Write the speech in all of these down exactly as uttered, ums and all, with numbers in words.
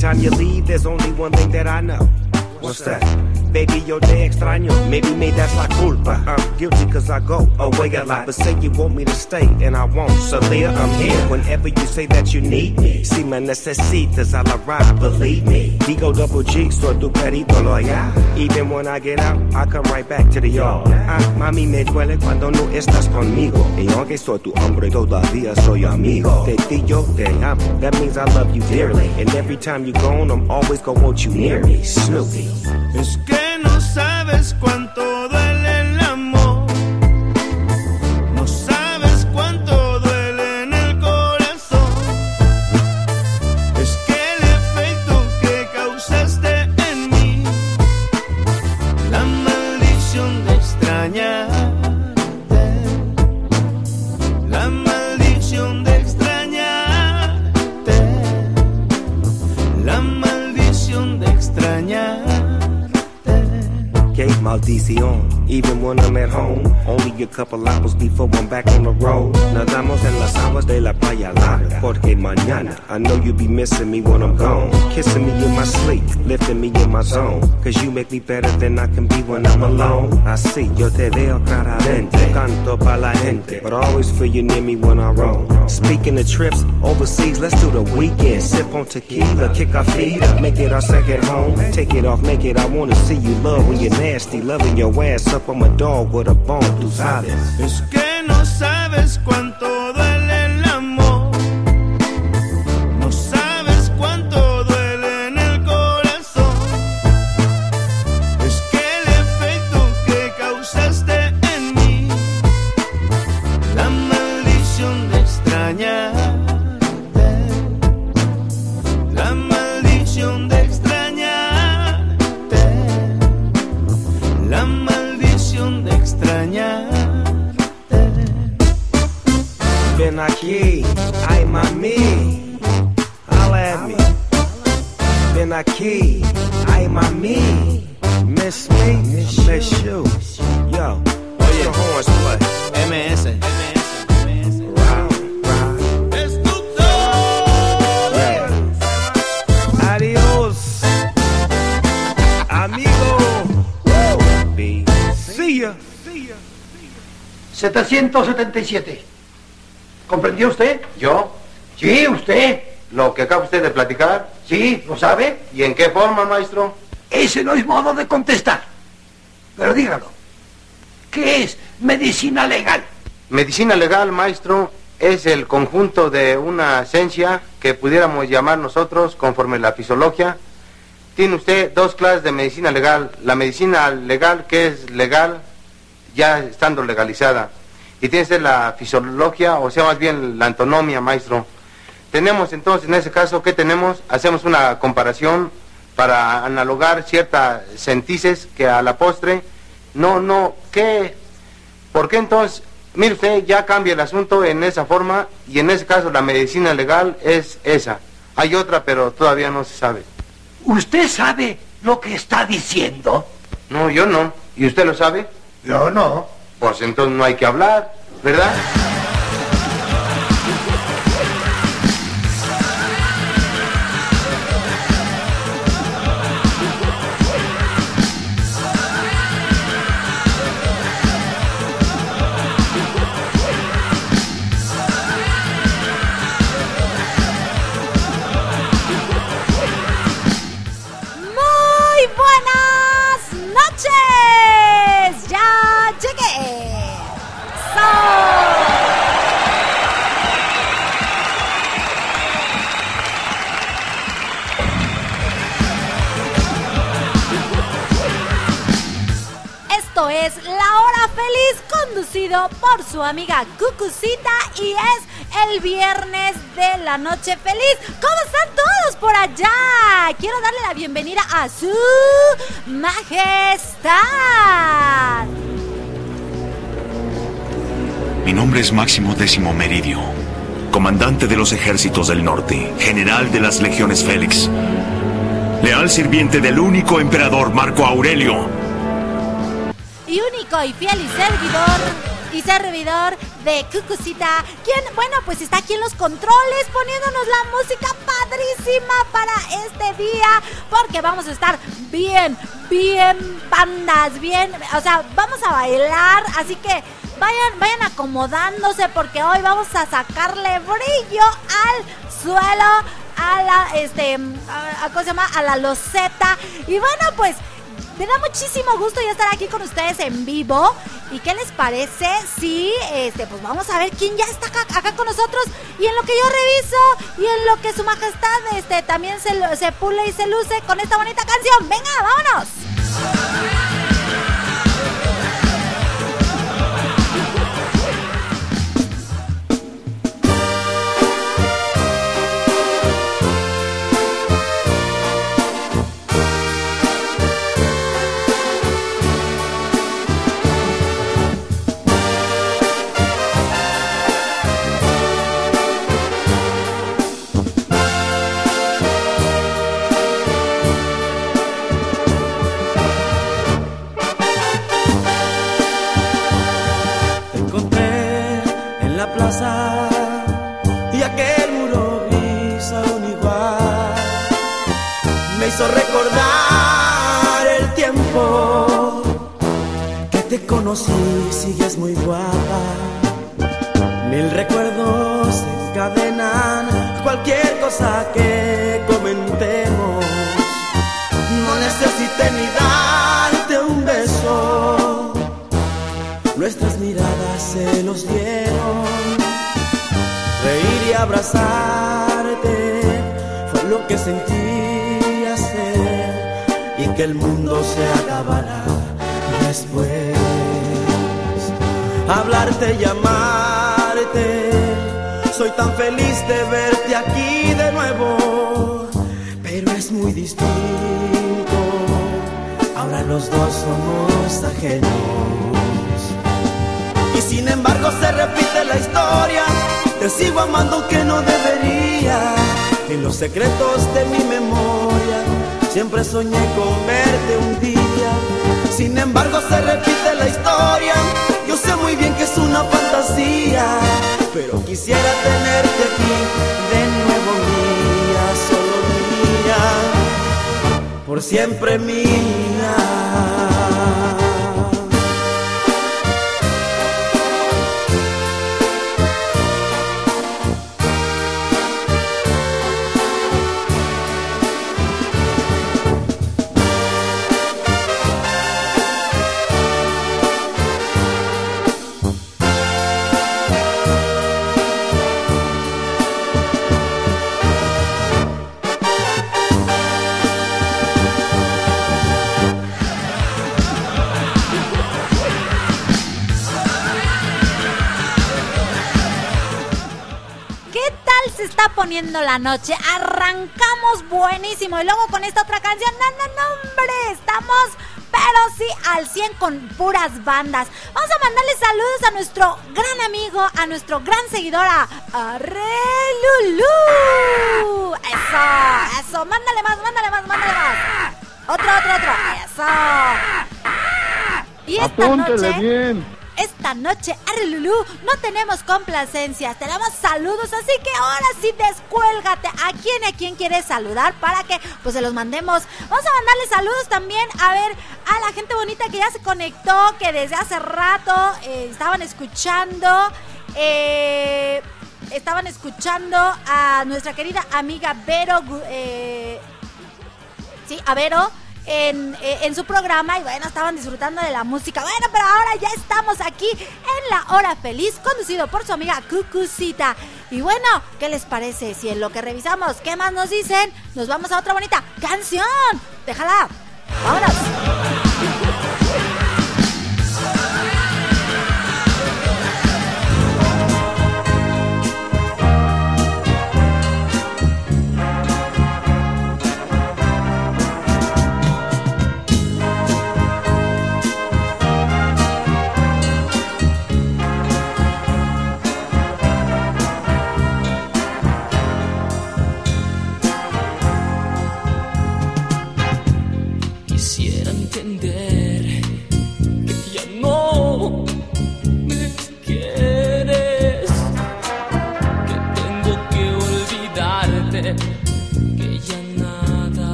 time you leave, there's only one thing that I know. What's that? Baby, yo te extraño. Maybe me, that's la culpa. I'm guilty cause I go away a lot. But say you want me to stay and I won't. So Leah, I'm here whenever you say that you need me. Si me necesitas, I'll arrive, believe me. Digo double G, soy tu perito loyal. Even when I get out, I come right back to the yard. Ah, mami, me duele cuando no estás conmigo. Y aunque soy tu hombre, todavía soy amigo. Te digo, te amo. That means I love you dearly. And every time you're gone, I'm always gonna want you near me. Snoopy. Es que no sabes cuánto duele el amor. No sabes cuánto duele en el corazón. Es que el efecto que causaste en mí, la maldición de extrañarte, la maldición de extrañarte, la maldición de extrañarte. Que maldición, even when I'm at home. Only a couple hours before I'm back on the road. Nadamos en las aguas de la playa larga. Porque mañana, I know you be missing me when I'm gone. Kissing me in my sleep, lifting me in my zone. Cause you make me better than I can be when I'm alone. Así yo te veo claramente. Canto pa' la gente, but I always feel you near me when I roam. Speaking of trips overseas, let's do the weekend. Sip on tequila, kick our feet up, make it our second home. Take it off, make it, I wanna see you love when you're nasty. Loving your ass up, I'm a dog with a bone, tú sabes. Es que no sabes cuánto duele el amor. No sabes cuánto duele en el corazón. Es que el efecto que causaste en mí, la maldición de extrañarte, la maldición de extrañarte, la maldición de extrañarte. Ven aquí, ay mami, holla at me. Ven aquí, ay mami, miss me, miss you. Yo, oye, the horns play. M S. Round, round. Es tu todo. Yeah. Adios, amigo. Be. See ya. setecientos setenta y siete. ¿Comprendió usted? ¿Yo? Sí, usted. ¿Lo que acaba usted de platicar? Sí, ¿lo sabe? ¿Y en qué forma, maestro? Ese no es modo de contestar. Pero dígalo. ¿Qué es medicina legal? Medicina legal, maestro, es el conjunto de una ciencia que pudiéramos llamar nosotros conforme la fisiología. Tiene usted dos clases de medicina legal. La medicina legal, que es legal ya estando legalizada. Y tiene usted la fisiología, o sea, más bien la antonomía, maestro. Tenemos entonces, en ese caso, ¿qué tenemos? Hacemos una comparación para analogar ciertas sentices que a la postre, no, no, ¿qué? ¿Por qué entonces? Mire usted, ya cambia el asunto en esa forma, y en ese caso la medicina legal es esa. Hay otra, pero todavía no se sabe. ¿Usted sabe lo que está diciendo? No, yo no. ¿Y usted lo sabe? Yo no. Pues entonces no hay que hablar, ¿verdad? Muy buenas noches. Ya llegué. So... Esto es La Hora Feliz, conducido por su amiga Cucucita, y es el viernes de la noche feliz. ¿Cómo están todos por allá? Quiero darle la bienvenida a su majestad. Mi nombre es Máximo Décimo Meridio, comandante de los ejércitos del norte, general de las legiones Félix, leal sirviente del único emperador Marco Aurelio, y único y fiel y servidor y servidor de Cucucita, quien, bueno, pues está aquí en los controles poniéndonos la música padrísima para este día, porque vamos a estar bien, bien bandas, bien, o sea, vamos a bailar, así que vayan, vayan acomodándose porque hoy vamos a sacarle brillo al suelo, a la, este, a, a, ¿cómo se llama? A la loseta. Y bueno, pues me da muchísimo gusto ya estar aquí con ustedes en vivo. ¿Y qué les parece? Sí, este, pues vamos a ver quién ya está acá, acá con nosotros. Y en lo que yo reviso y en lo que su majestad este, también se, se pule y se luce con esta bonita canción. ¡Venga, vámonos! Y aquel muro gris aún igual me hizo recordar el tiempo que te conocí. Sigues muy guapa, mil recuerdos se encadenan, cualquier cosa que comentemos. No necesité ni darte un beso, nuestras miradas se los dieron. Reír y abrazarte fue lo que sentí hacer, y que el mundo se acabará después. Hablarte, llamarte, soy tan feliz de verte aquí de nuevo, pero es muy distinto, ahora los dos somos ajenos. Y sin embargo se repite la historia, te sigo amando aunque no debería. En los secretos de mi memoria siempre soñé con verte un día. Sin embargo se repite la historia, yo sé muy bien que es una fantasía, pero quisiera tenerte aquí de nuevo mía, solo mía, por siempre mía. Poniendo la noche, arrancamos buenísimo y luego con esta otra canción, no, no, no, hombre, estamos pero sí al cien con puras bandas. Vamos a mandarle saludos a nuestro gran amigo, a nuestro gran seguidor, a Arelulú. Eso, eso, mándale más, mándale más, mándale más. Otro, otro, otro, eso. Y esta Apúntele noche bien. Esta noche, Arelulú, no tenemos complacencias, tenemos saludos, así que ahora sí descuélgate. ¿A quién, a quién quieres saludar para que pues se los mandemos? Vamos a mandarle saludos también, a ver, a la gente bonita que ya se conectó, que desde hace rato eh, estaban escuchando, eh, estaban escuchando a nuestra querida amiga Vero, eh, sí, a Vero. En, en su programa y bueno, estaban disfrutando de la música. Bueno, pero ahora ya estamos aquí en La Hora Feliz, conducido por su amiga Cucucita. Y bueno, ¿qué les parece si en lo que revisamos qué más nos dicen, nos vamos a otra bonita canción? Déjala, vámonos.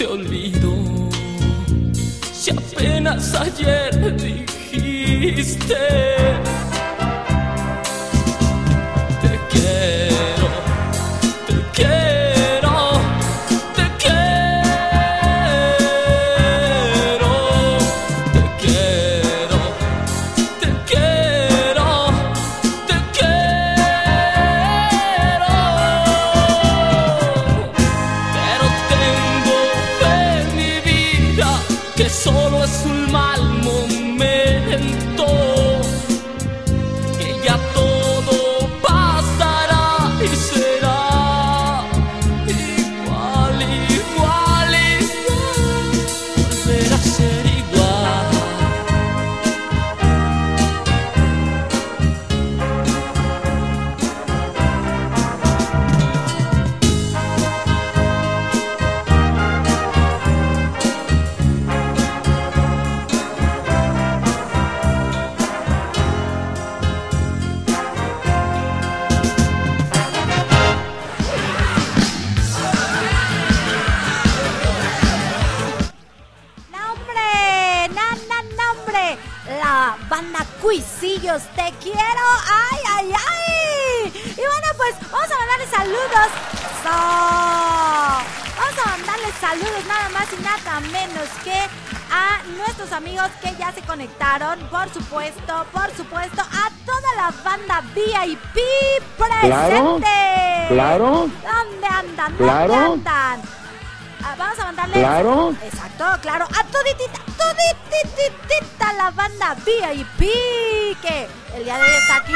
te olvido. Si apenas ayer dijiste te quiero, te quiero, te quiero, te quiero, te quiero, te quiero. Pero tengo fe en mi vida que solo es un mal momento, que ya todo pasará y será igual, igual, igual, volver a ser igual. ¡Nombre! ¡Na, na, nombre! La banda Cuisillos, te quiero. ¡Ay, ay, ay! Y bueno, pues vamos a mandarles saludos. ¡So! Vamos a mandarles saludos nada más y nada menos que a nuestros amigos que ya se conectaron. Por supuesto, por supuesto, a toda la banda V I P presente. Claro, ¿Dónde andan? Claro. ¿Dónde andan? Ah, vamos a mandarles. Claro. Exacto, claro. A toditita, todititita la banda V I P que el día de hoy está aquí.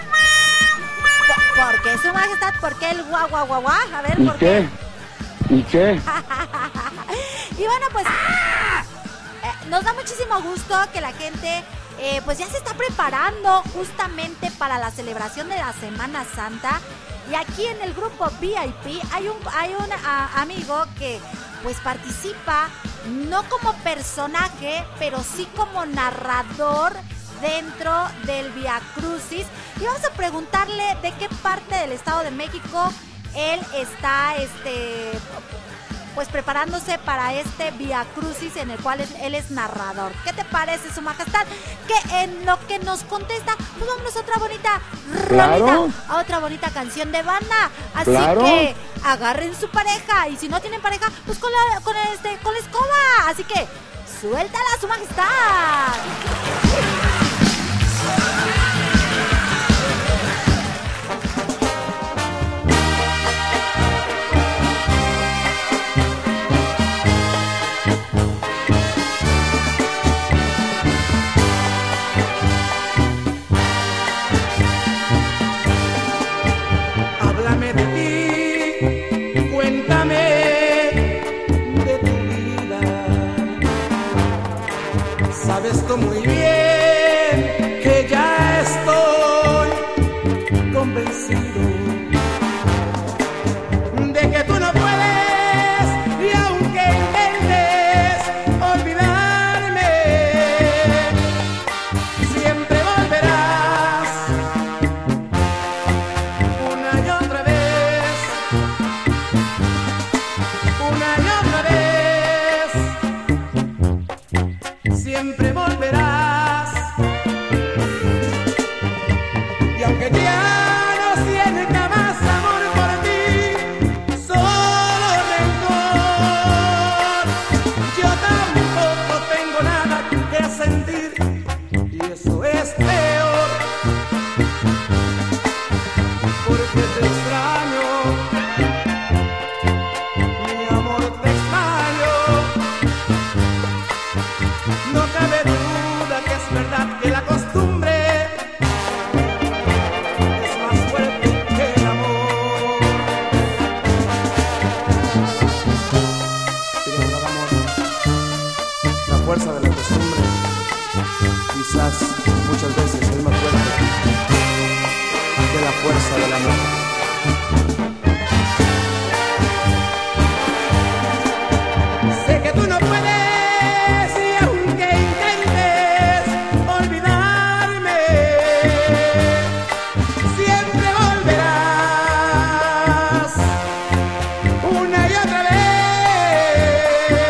¿Por qué, su majestad? ¿Por qué el guau, guau, guau, guau? A ver, ¿y ¿por qué? ¿Y qué? Y bueno, pues eh, nos da muchísimo gusto que la gente eh, pues ya se está preparando justamente para la celebración de la Semana Santa. Y aquí en el grupo V I P hay un, hay un a, amigo que pues participa no como personaje, pero sí como narrador dentro del Via Crucis. Y vamos a preguntarle de qué parte del Estado de México él está este pues preparándose para este Via Crucis en el cual es, él es narrador. ¿Qué te parece, su majestad? Que en lo que nos contesta, pues vámonos a otra bonita Claro. rolita, a otra bonita canción de banda. Así Claro. que agarren su pareja y si no tienen pareja, pues con la, con este, con la escoba. Así que suéltala, su majestad. Háblame de ti, cuéntame de tu vida. Sabes tú muy bien que ya estoy convencido de que tú no puedes, y aunque intentes olvidarme, siempre volverás una y otra vez, una y otra vez, siempre volverás. Y aunque ya no sienta más amor por ti, solo rencor, yo tampoco tengo nada que sentir, y eso es peor, porque te extraño, mi amor, te extraño. No cabe duda que es verdad que la costumbre es más fuerte que el amor. Pero el amor, la fuerza de la costumbre, quizás muchas veces es más fuerte que la fuerza del amor. Sé que tú no puedes, y aunque intentes olvidarme, siempre volverás una y otra vez,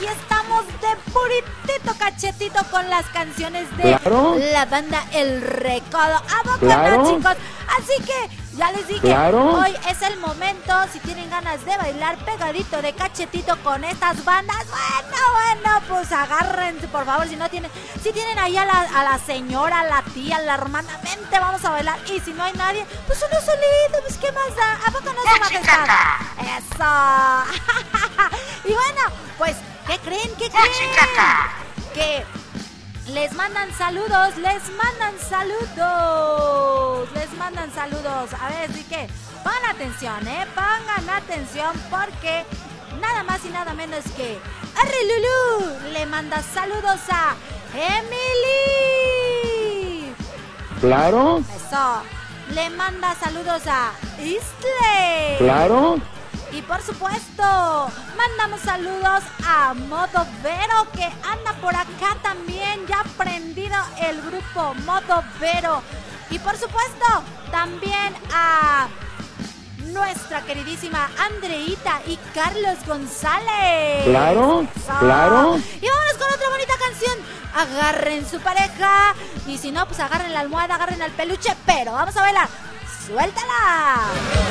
aquí estamos de puritito cachetito con las canciones de Claro. la banda El Recodo. ¿A poco Claro. no, chicos? Así que ya les dije, Claro. hoy es el momento. Si tienen ganas de bailar pegadito de cachetito con estas bandas, bueno, bueno, pues agárrense, por favor. Si no tienen, si tienen ahí a la, a la señora, a la tía, a la hermana, vente, vamos a bailar. Y si no hay nadie, pues uno solito, pues qué más da. ¿A poco no se majestad? Eso. Y bueno, pues, ¿qué creen? ¿Qué creen? Que les mandan saludos, les mandan saludos, les mandan saludos. A ver, así que pongan atención, ¿eh? Pongan atención porque nada más y nada menos que Arre Lulú le manda saludos a Emily. Claro. Eso. Le manda saludos a Isley. Claro. Y por supuesto, mandamos saludos a Modo Vero, que anda por acá también, ya prendido el grupo Modo Vero. Y por supuesto, también a nuestra queridísima Andreita y Carlos González. Claro, Eso. claro. Y vámonos con otra bonita canción. Agarren su pareja. Y si no, pues agarren la almohada, agarren al peluche. Pero vamos a bailar. ¡Suéltala!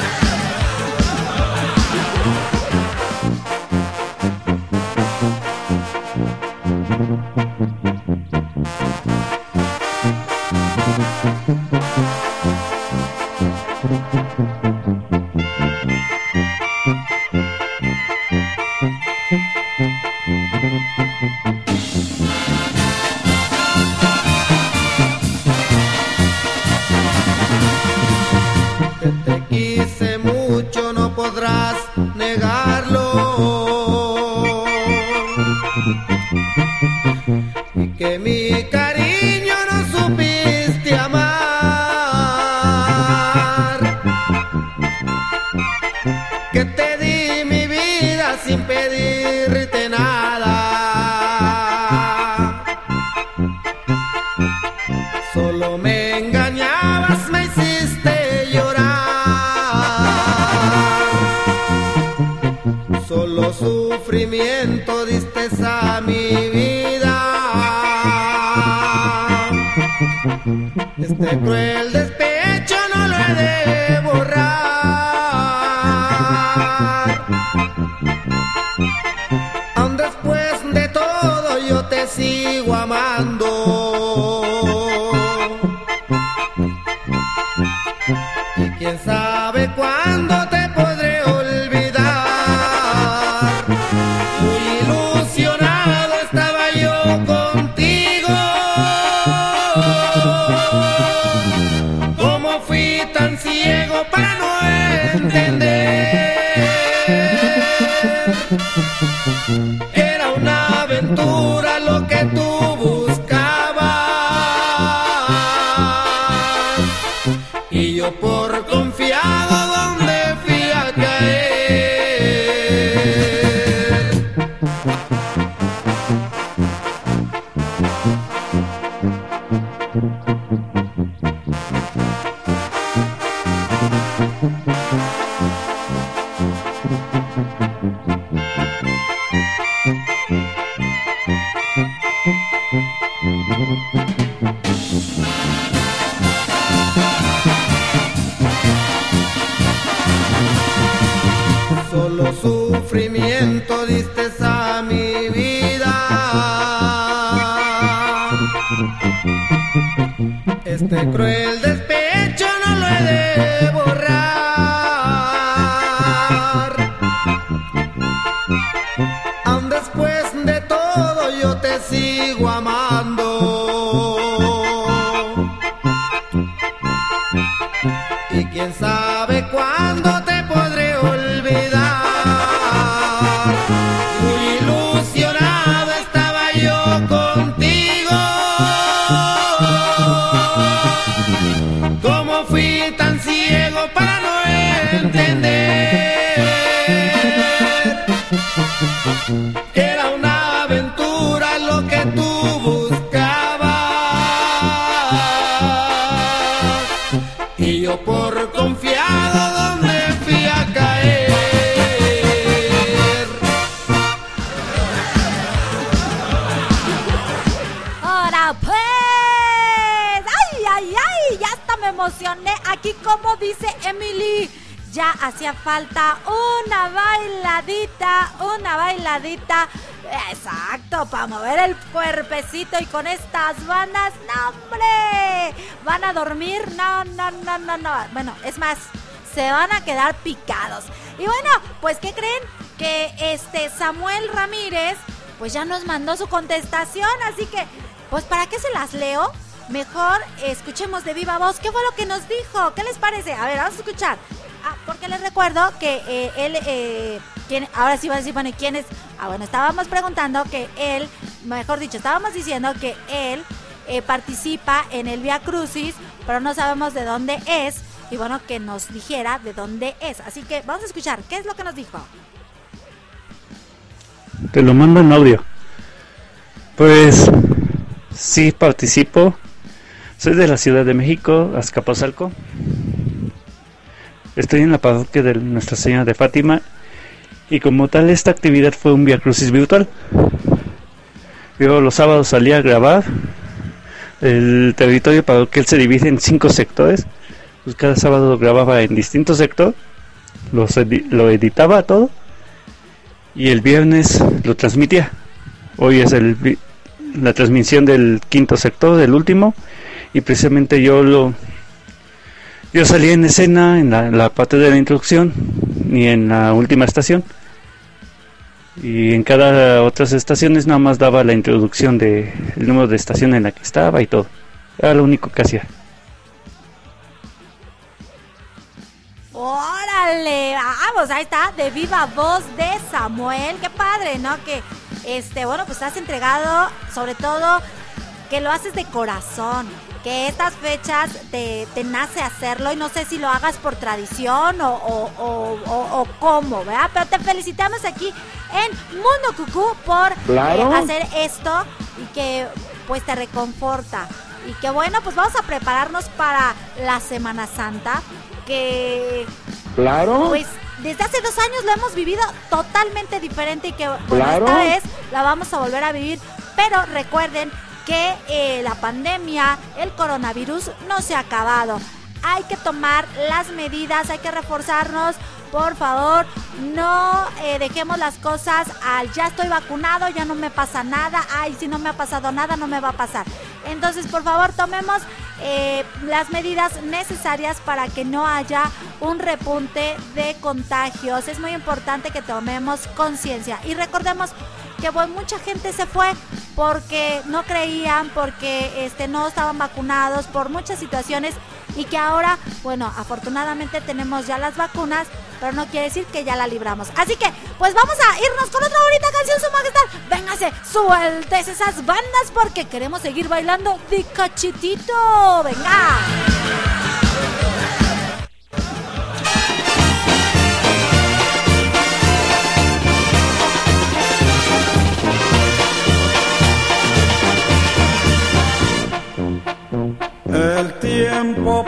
Que te quise mucho, no podrás negarlo. Y que mi cariño no supiste amar. Que te di mi vida sin pedirte nada. Solo me engañabas, me hiciste llorar. Solo sufrimiento diste a mi vida. Este cruel despecho no lo he de borrar. Aun después de todo yo te sigo amando. Y quién sabe cuándo te podré olvidar. Muy ilusionado estaba yo contigo. ¿Cómo fui tan ciego para no entender? Era una aventura lo que tú buscabas. Y yo por confiado donde fui a caer. Solo sufrimiento diste a mi vida. Este cruel despecho no lo he de borrar. Aun después de todo yo te sigo amando. Y quién sabe cuándo te podré olvidar. Muy ilusionado estaba yo contigo. ¿Cómo fui tan ciego para no entender? Era una aventura lo que tú buscabas. Y yo por confiado donde fui como dice Emily. Ya hacía falta una bailadita, una bailadita. Exacto, para mover el cuerpecito. Y con estas bandas, ¡no, hombre! ¿Van a dormir? No, no, no, no, no. Bueno, es más, se van a quedar picados. Y bueno, pues ¿qué creen? Que este Samuel Ramírez pues ya nos mandó su contestación. Así que, pues ¿para qué se las leo? Mejor escuchemos de viva voz qué fue lo que nos dijo. ¿Qué les parece? A ver, vamos a escuchar. Ah, porque les recuerdo que eh, él, eh, ¿quién? Ahora sí van a decir, bueno, ¿y quién es? Ah, bueno, estábamos preguntando que él, mejor dicho, estábamos diciendo que él eh, participa en el Vía Crucis, pero no sabemos de dónde es, y bueno, que nos dijera de dónde es. Así que vamos a escuchar, ¿qué es lo que nos dijo? Te lo mando en audio. Pues, sí participo. Soy de la Ciudad de México, Azcapotzalco. Estoy en la parroquia de Nuestra Señora de Fátima y como tal esta actividad fue un Vía Crucis virtual. Yo los sábados salía a grabar. El territorio parroquial se divide en cinco sectores. Pues cada sábado grababa en distintos sectores, los edi- lo editaba todo y el viernes lo transmitía. Hoy es el vi- la transmisión del quinto sector, del último, y precisamente yo lo Yo salí en escena en la, en la parte de la introducción y en la última estación. Y en cada otras estaciones nada más daba la introducción de el número de estación en la que estaba y todo. Era lo único que hacía. ¡Órale! Vamos, ahí está, de viva voz de Samuel. Qué padre, ¿no? Que, este, bueno, pues has entregado, sobre todo, que lo haces de corazón. Que estas fechas te, te nace hacerlo y no sé si lo hagas por tradición o, o, o, o, o cómo, ¿verdad? Pero te felicitamos aquí en Mundo Cucú por Claro. eh, hacer esto y que pues te reconforta. Y que bueno, pues vamos a prepararnos para la Semana Santa, que Claro. pues desde hace dos años lo hemos vivido totalmente diferente y que bueno, Claro. esta vez la vamos a volver a vivir. Pero recuerden que eh, la pandemia, el coronavirus no se ha acabado. Hay que tomar las medidas, hay que reforzarnos. Por favor, no eh, dejemos las cosas al ya estoy vacunado, ya no me pasa nada. Ay, si no me ha pasado nada, no me va a pasar. Entonces, por favor, tomemos eh, las medidas necesarias para que no haya un repunte de contagios. Es muy importante que tomemos conciencia y recordemos que pues, mucha gente se fue porque no creían, porque este, no estaban vacunados, por muchas situaciones, y que ahora, bueno, afortunadamente tenemos ya las vacunas, pero no quiere decir que ya la libramos. Así que, pues vamos a irnos con otra bonita canción, Su Majestad. Véngase, sueltes esas bandas porque queremos seguir bailando de cachetito. ¡Venga! El tiempo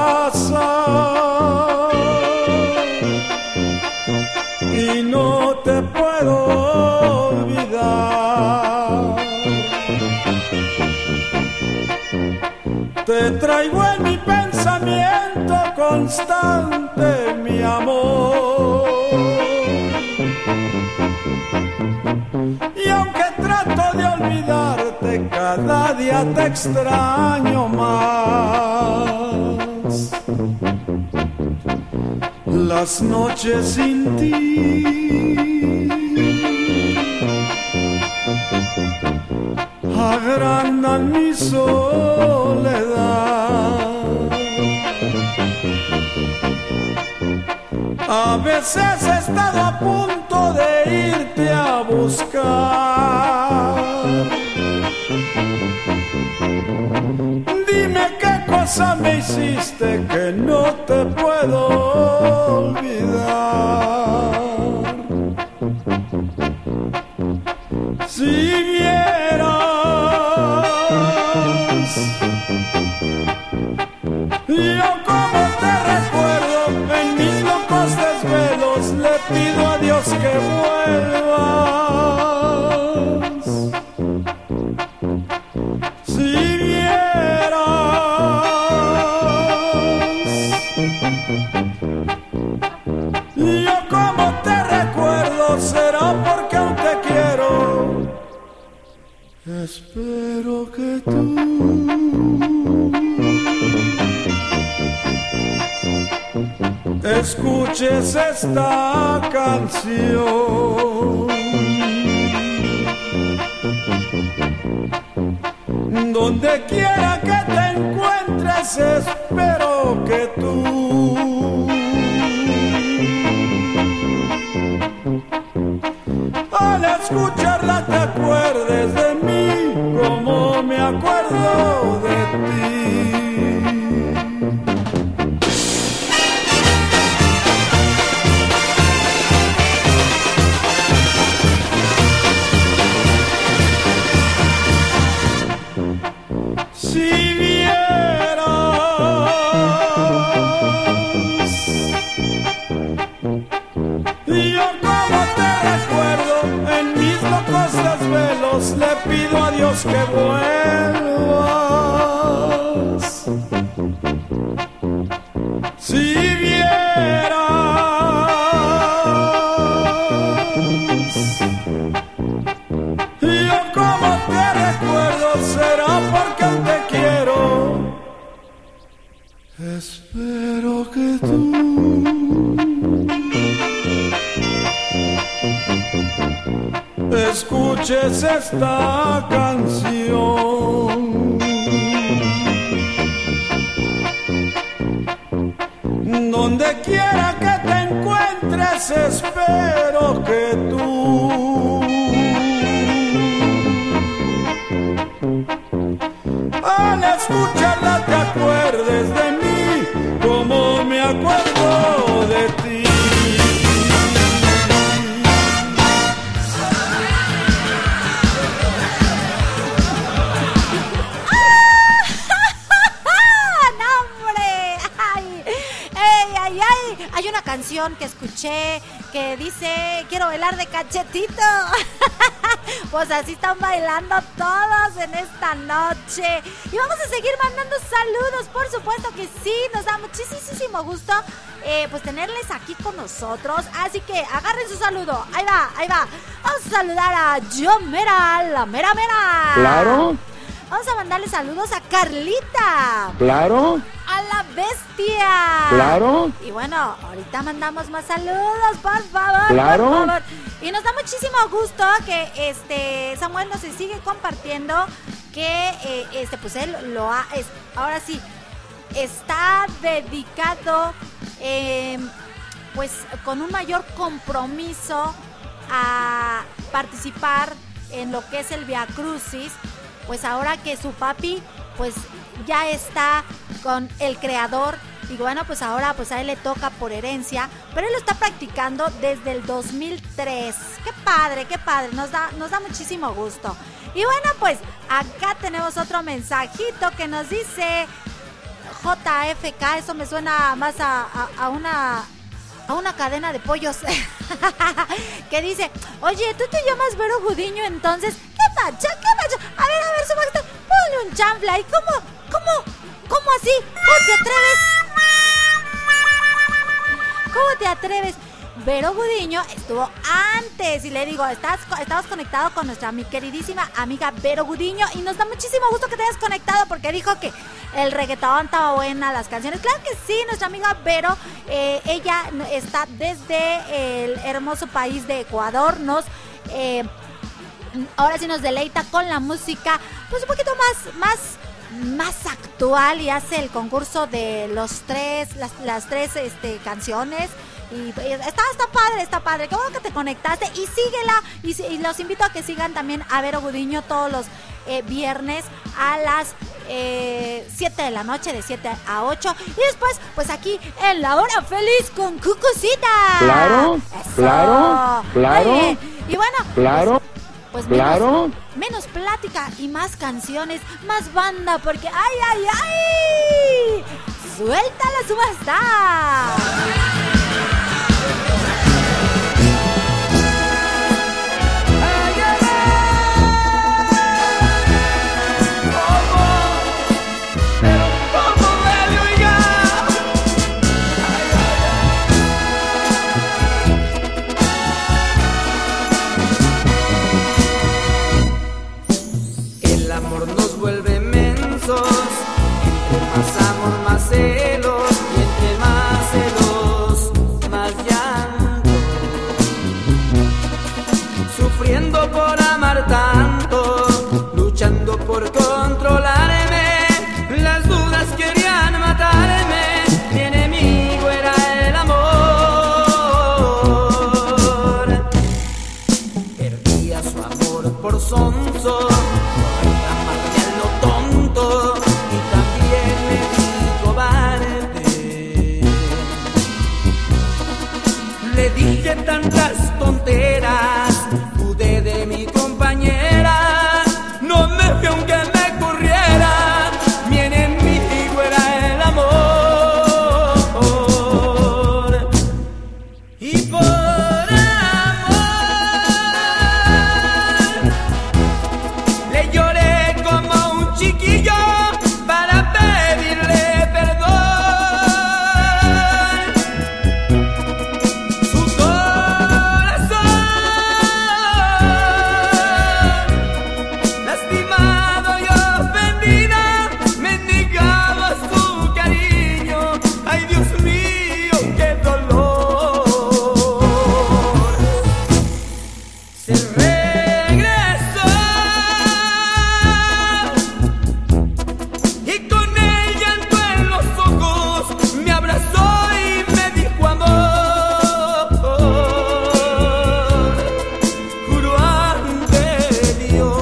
pasa y no te puedo olvidar. Te traigo en mi pensamiento constante, mi amor. Y aunque trato de olvidarte, cada día te extraño más. Las noches sin ti agrandan mi soledad. A veces he estado a punto de irte a buscar. Dime qué cosa me hiciste que no te puedo olvidar. Si vieras yo como te recuerdo en mis locos desvelos, le pido a Dios que vuelvas. Si vieras Yo como te recuerdo, será porque aún te quiero. Espero que tú escuches esta canción. Donde quiera que te encuentres, espero que tú al escucharla te acuerdes de mí como me acuerdo de ti. Si vieras yo como te recuerdo en mis locos desvelos, le pido a Dios que vuelvas. Si vieras yo como te recuerdo, será porque aún te quiero. Espero que tú escuches esta canción. Donde quiera que te encuentres, espero que tú al escucharla te acuerdes de mí como me acuerdo de ti. Hay una canción que escuché que dice quiero bailar de cachetito. Pues así están bailando todos en esta noche. Y vamos a seguir mandando saludos, por supuesto que sí. Nos da muchísimo gusto eh, pues tenerles aquí con nosotros. Así que agarren su saludo. Ahí va, ahí va. Vamos a saludar a Yo Mera, la mera mera. Claro. Vamos a mandarle saludos a Carlita. Claro. A la bestia. Claro. Y bueno, ahorita mandamos más saludos, por favor. Claro. Por favor. Y nos da muchísimo gusto que este Samuel nos sigue compartiendo que eh, este pues él lo ha es, ahora sí está dedicado eh, pues con un mayor compromiso a participar en lo que es el Via Crucis. Pues ahora que su papi pues ya está con el creador y bueno, pues ahora pues a él le toca por herencia, pero él lo está practicando desde el dos mil tres. Qué padre, qué padre, nos da, nos da muchísimo gusto. Y bueno, pues acá tenemos otro mensajito que nos dice J F K, eso me suena más a, a, a una... a una cadena de pollos que dice, oye, ¿tú te llamas Vero Gudiño entonces? ¿Qué pacha? ¿Qué pacha? A ver, a ver, su majestad, ponle un chanfle ahí. ¿Cómo? ¿Cómo? ¿Cómo así? ¿Cómo te atreves? ¿Cómo te atreves? Vero Gudiño estuvo antes y le digo, estás, estabas conectado con nuestra mi queridísima amiga Vero Gudiño y nos da muchísimo gusto que te hayas conectado porque dijo que el reggaetón estaba buena, las canciones. Claro que sí, nuestra amiga Vero, eh, ella está desde el hermoso país de Ecuador, nos eh, ahora sí nos deleita con la música pues un poquito más, más más actual y hace el concurso de los tres, las, las tres este, canciones. Y está, está padre, está padre. Qué bueno que te conectaste y síguela. Y, y los invito a que sigan también a Vero Gudiño todos los eh, viernes a las eh, siete de la noche, de siete a ocho. Y después, pues aquí en La Hora Feliz con Cucucita. Claro, Eso. claro, claro. Muy bien. Y bueno, claro. Pues, Pues claro. menos, menos plática y más canciones, más banda, porque ¡ay, ay, ay! ¡Suelta la subasta! le dije tantas tonteras, dudé de mi compañera, no me fui aunque me corriera, mi enemigo era el amor. Y por amor le lloré como un chiquillo para pedirle perdón. Su corazón lastimado y ofendida me negaba su cariño. Ay, Dios mío, qué dolor. Se regresó y con el llanto en los ojos me abrazó y me dijo amor. Juro ante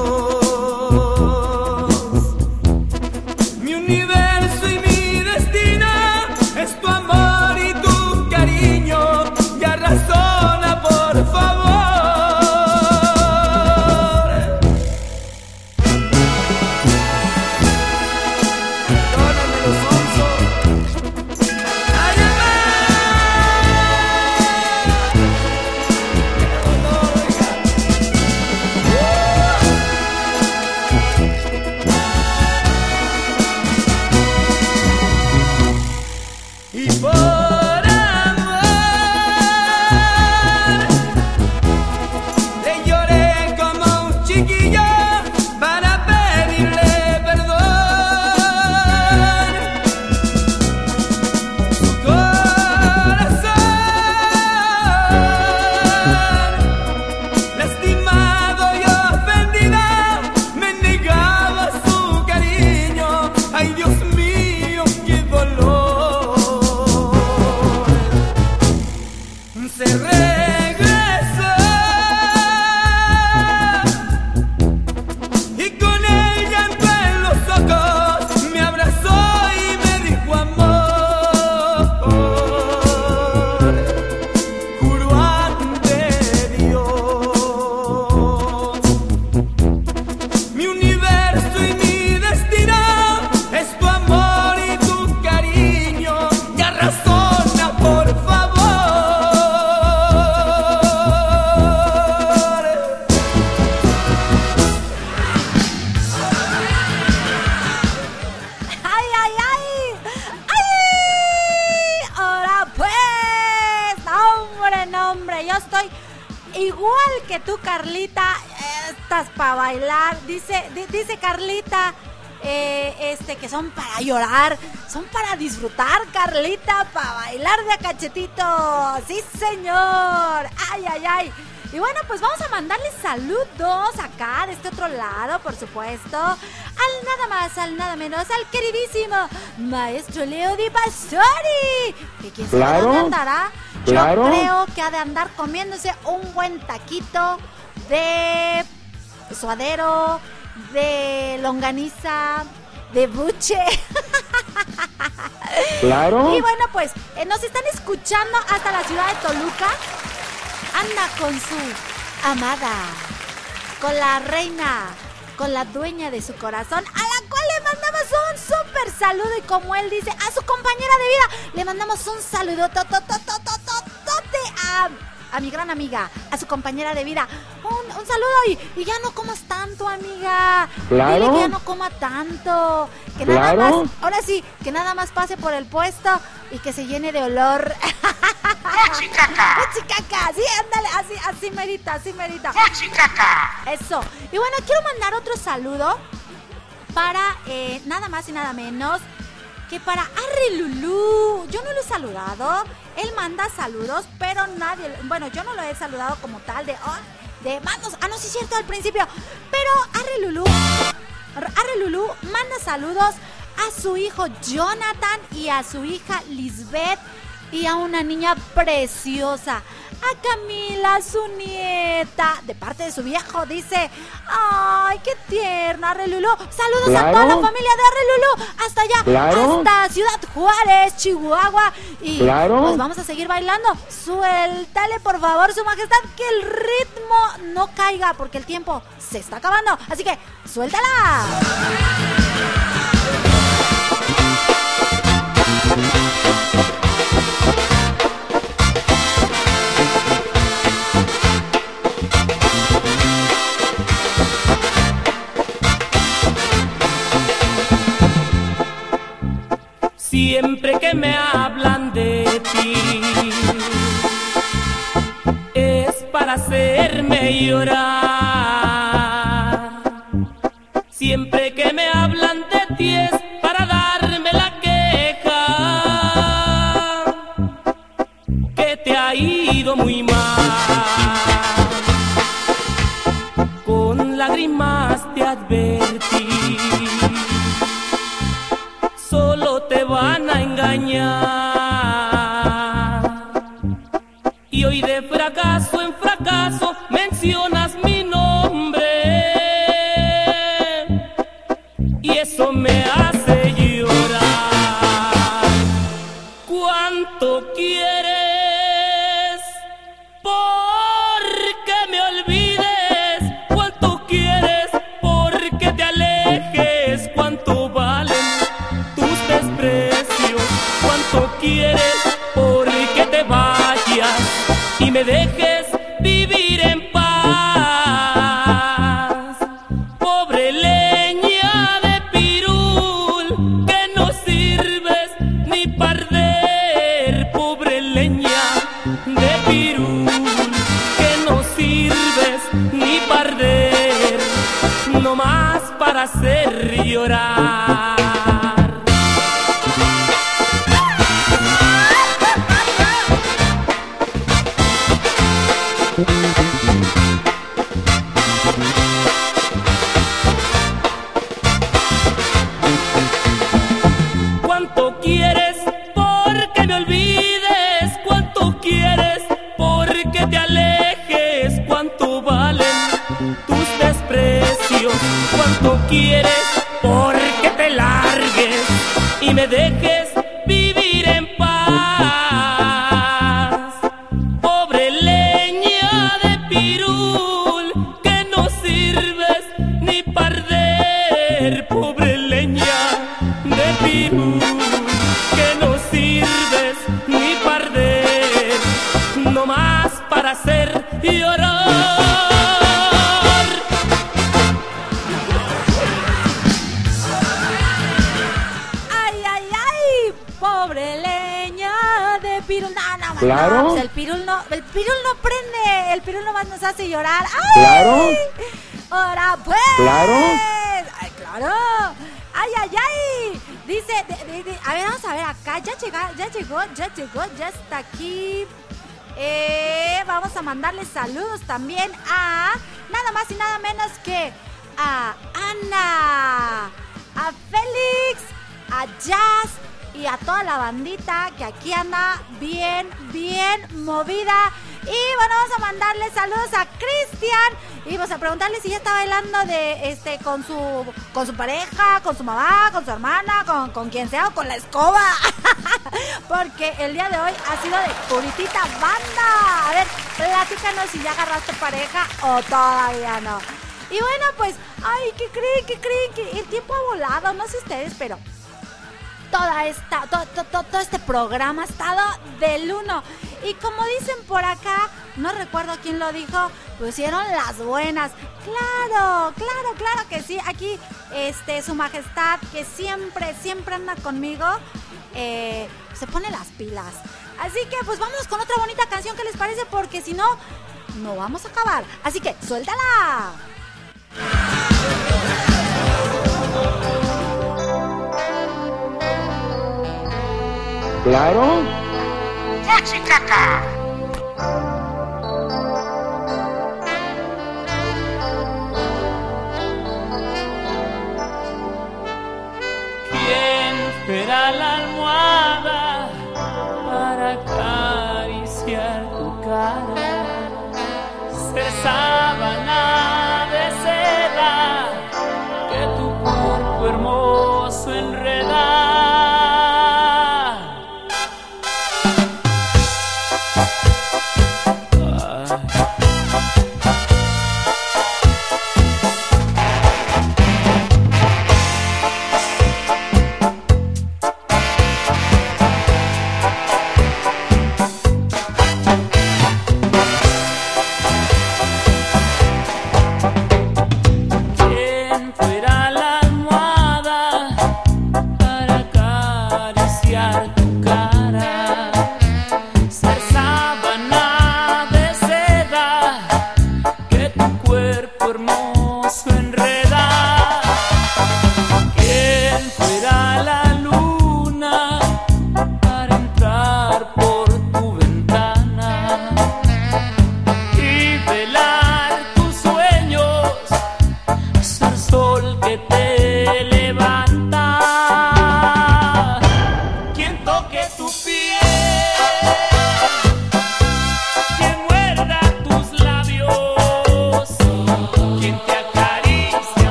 Dios, mi universo y mi destino es tu amor y tu cariño. Ya razona, por favor. Perdóname los onzos. Ay, amor. Y por amor le lloré como un chiquillo para pedirle perdón. Su corazón lastimado y ofendida me negaba su cariño. Ay, Dios mío, qué dolor. Se regresó y con el llanto en los ojos me abrazó y me dijo amor. Juro ante Dios, mi universo y mi destino es tu amor y tu cariño. Ya razona, por favor. ¡Ay, ay, ay! ¡Ay! Ahora pues, no, hombre, no, hombre, yo estoy igual que tú, Carlita. Estás para bailar. Dice, di- dice Carlita, eh, este, que son para llorar, son para disfrutar, Carlita, para bailar de a cachetito. Sí, señor. Ay, ay, ay. Y bueno, pues vamos a mandarles saludos acá, de este otro lado, por supuesto. Al nada más, al nada menos, al queridísimo Maestro Leo Di Pastori. Que quién sabe Claro, dónde andará. claro. Yo creo que ha de andar comiéndose un buen taquito de suadero, de longaniza, de buche. Claro. Y bueno, pues eh, nos están escuchando hasta la ciudad de Toluca. Anda con su amada, con la reina, con la dueña de su corazón, a la cual le mandamos un súper saludo. Y como él dice, a su compañera de vida, le mandamos un saludo tototototototote a, a mi gran amiga, a su compañera de vida. Un, un saludo y, y ya no comas tanto, amiga. Claro. Dile que ya no coma tanto. Que nada Claro. más, ahora sí, que nada más pase por el puesto y que se llene de olor. ¡Mochicaca! ¡Mochicaca! Sí, ándale, así, así merita, así merita. ¡Mochicaca! Eso. Y bueno, quiero mandar otro saludo para eh, nada más y nada menos que para Arre Lulú. Yo no lo he saludado. Él manda saludos, pero nadie. Bueno, yo no lo he saludado como tal de. Oh, de mandos. Ah, no, sí es cierto al principio. Pero Arre Lulú. Arre Lulú manda saludos a su hijo Jonathan y a su hija Lisbeth. Y a una niña preciosa, a Camila, su nieta, de parte de su viejo. Dice, ay, qué tierna, Arrelulú. Saludos Claro. a toda la familia de Arrelulú, hasta allá, Claro. hasta Ciudad Juárez, Chihuahua. Y Claro. pues vamos a seguir bailando. Suéltale, por favor, su majestad, que el ritmo no caiga, porque el tiempo se está acabando. Así que, suéltala. Siempre que me hablan de ti es para hacerme llorar. Siempre que me hablan de ti es para darme la queja que te ha ido muy mal. Con lágrimas te advertí, solo te van a engañar. Y hoy de fracaso en fracaso mencionas mi nombre, y eso me hace llorar. ¿Cuánto quieres porque me olvides? ¿Cuánto quieres porque te alejes? ¿Cuánto valen tus desprecios? ¿Cuánto quieres porque te vayas y me dejes vivir en paz? Pobre leña de pirul, que no sirves ni para arder. Pobre leña de pirul, que no sirves ni para arder, no más para hacer llorar. ¿Cuánto quieres porque me olvides? ¿Cuánto quieres porque te alejes? ¿Cuánto valen tus desprecios? ¿Cuánto quieres porque te largues y me dejes vivir en paz? Pobre leña de pirul, que no sirves ni para arder. Pobre leña de pirul, que no sirves ni para arder, no más para hacer llorar. Ay, ay, ay, pobre leña de pirul. No, no, no, Claro. no, pues el pirul no, el pirul no prende, el pirul nomás nos hace llorar. ¡Ay! Claro. Ahora pues. Claro. Ay, claro. Ay, ay, ay. Dice, de- de- de- a ver, vamos a ver acá. Ya llegó, ya llegó, ya llegó, ya está aquí. Eh, vamos a mandarle saludos también a nada más y nada menos que a Ana, a Félix, a Jazz y a toda la bandita que aquí anda bien, bien movida. Y bueno, vamos a mandarle saludos a Cristian y vamos a preguntarle si ya está bailando de este con su con su pareja, con su mamá, con su hermana, con, con quien sea o con la escoba. Porque el día de hoy ha sido de puritita banda. A ver, platícanos si ya agarraste pareja o todavía no. Y bueno, pues, ay, ¿qué creen? ¿Qué creen? Que el tiempo ha volado, no sé ustedes, pero toda esta, to, to, to, todo este programa ha estado del uno. Y como dicen por acá, no recuerdo quién lo dijo, pusieron las buenas. Claro, claro, claro que sí. Aquí, este, su majestad, que siempre, siempre anda conmigo, eh, se pone las pilas. Así que, pues vámonos con otra bonita canción, ¿qué les parece? Porque si no, no vamos a acabar. Así que, ¡suéltala! Claro. ¡Fuchicaca! ¿Quién será la almohada para acariciar tu cara?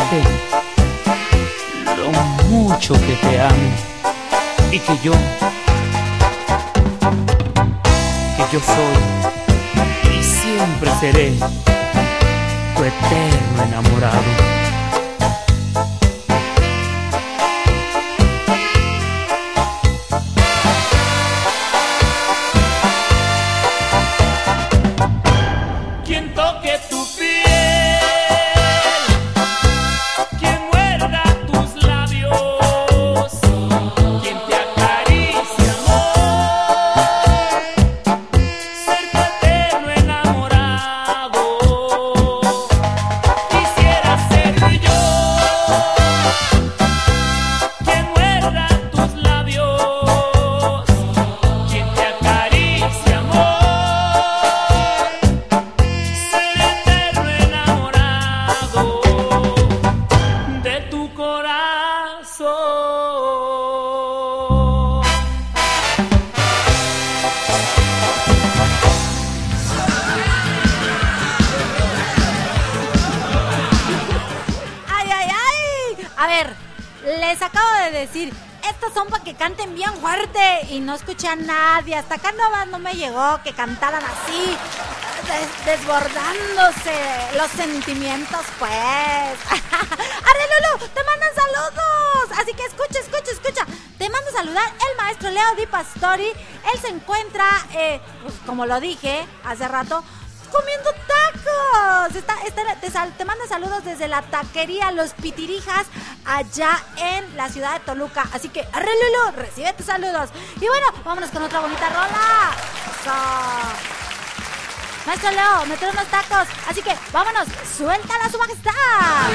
decirte lo mucho que te amo y que yo, que yo soy y siempre seré tu eterno enamorado. Y no escuché a nadie, hasta acá no, no me llegó que cantaran así, des, desbordándose los sentimientos, pues. ¡Arre, Lulu! ¡Te mandan saludos! Así que escucha, escucha, escucha. Te mando a saludar el maestro Leo Di Pastori. Él se encuentra, eh, pues, como lo dije hace rato, comiendo tacos. Está, está, te, sal, te manda saludos desde la taquería Los Pitirijas, allá en la ciudad de Toluca. Así que, arre, Lulu, recibe tus saludos. Y bueno, vámonos con otra bonita rola. Eso. Maestro Leo, me trae unos tacos. Así que, vámonos, suéltala a su majestad.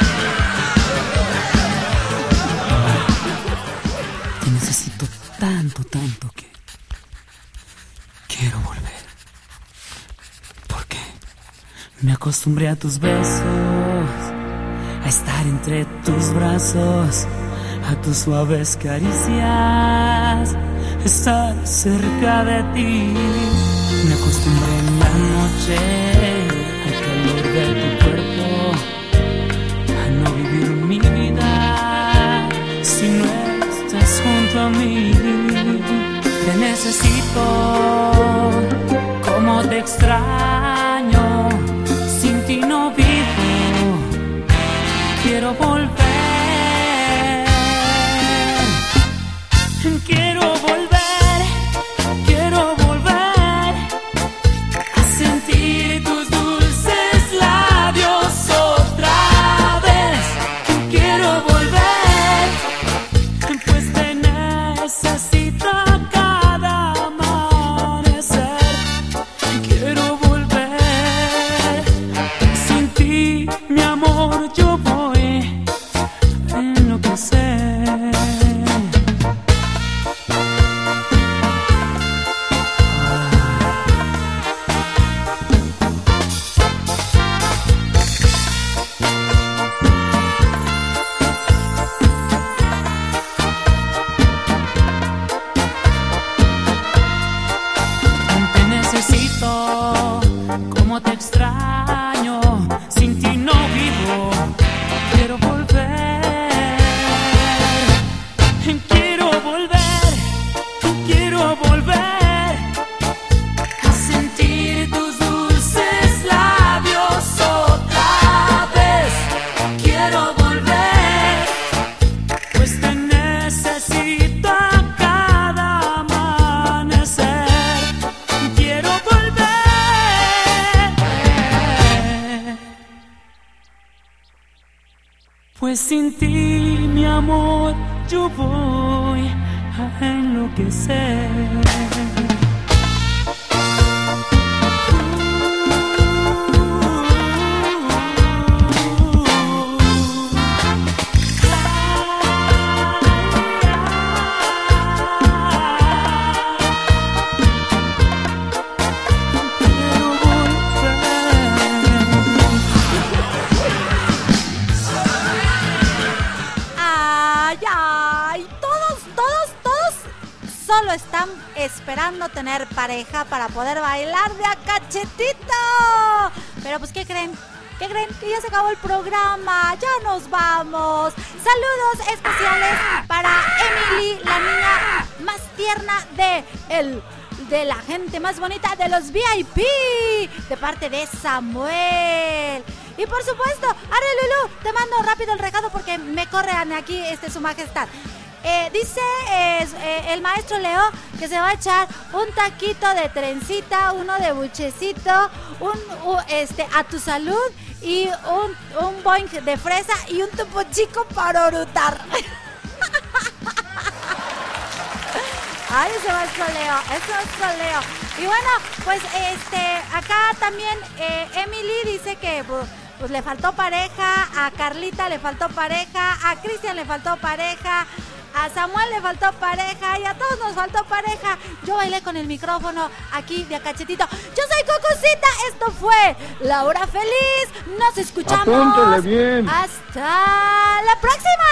Te necesito tanto, tanto que quiero volver. Porque me acostumbré a tus besos, a estar entre tus brazos, a tus suaves caricias, estar cerca de ti. Me acostumbré en la noche al calor de tu cuerpo, a no vivir mi vida si no estás junto a mí. Te necesito, como te extraño, sin ti no vivo, quiero volver, quiero volver, quiero volver a sentir tus dulces labios otra vez, quiero volver, pues te necesito cada amanecer, quiero volver, sin ti mi amor yo voy a enloquecer. Te necesito, como te extraño, sin ti no vivo, quiero volver, quiero volver, quiero volver a sentir tus dulces labios otra vez, quiero volver, pues te necesito a cada amanecer, quiero volver, pues sin ti mi amor yo voy a enloquecer. Ay, ay, todos, todos, todos solo están esperando tener pareja para poder bailar de a cachetito. Pero pues, ¿qué creen? ¿Qué creen? Que ya se acabó el programa. Ya nos vamos. Saludos especiales para Emily, la niña más tierna de el de la gente más bonita de los V I P, de parte de Samuel. Y por supuesto, Are Lulú, te mando rápido el recado porque me corren aquí este su majestad. Eh, dice eh, eh, el maestro Leo que se va a echar un taquito de trencita, uno de buchecito, un uh, este a tu salud y un, un boing de fresa y un topo chico para orutar. Ay, ese maestro Leo, ese maestro Leo. Y bueno, pues este acá también eh, Emily dice que pues, pues le faltó pareja, a Carlita le faltó pareja, a Cristian le faltó pareja, a Samuel le faltó pareja y a todos nos faltó pareja. Yo bailé con el micrófono aquí de a cachetito. Yo soy Cucucita, esto fue La Hora Feliz. Nos escuchamos. Apúntele bien. Hasta la próxima.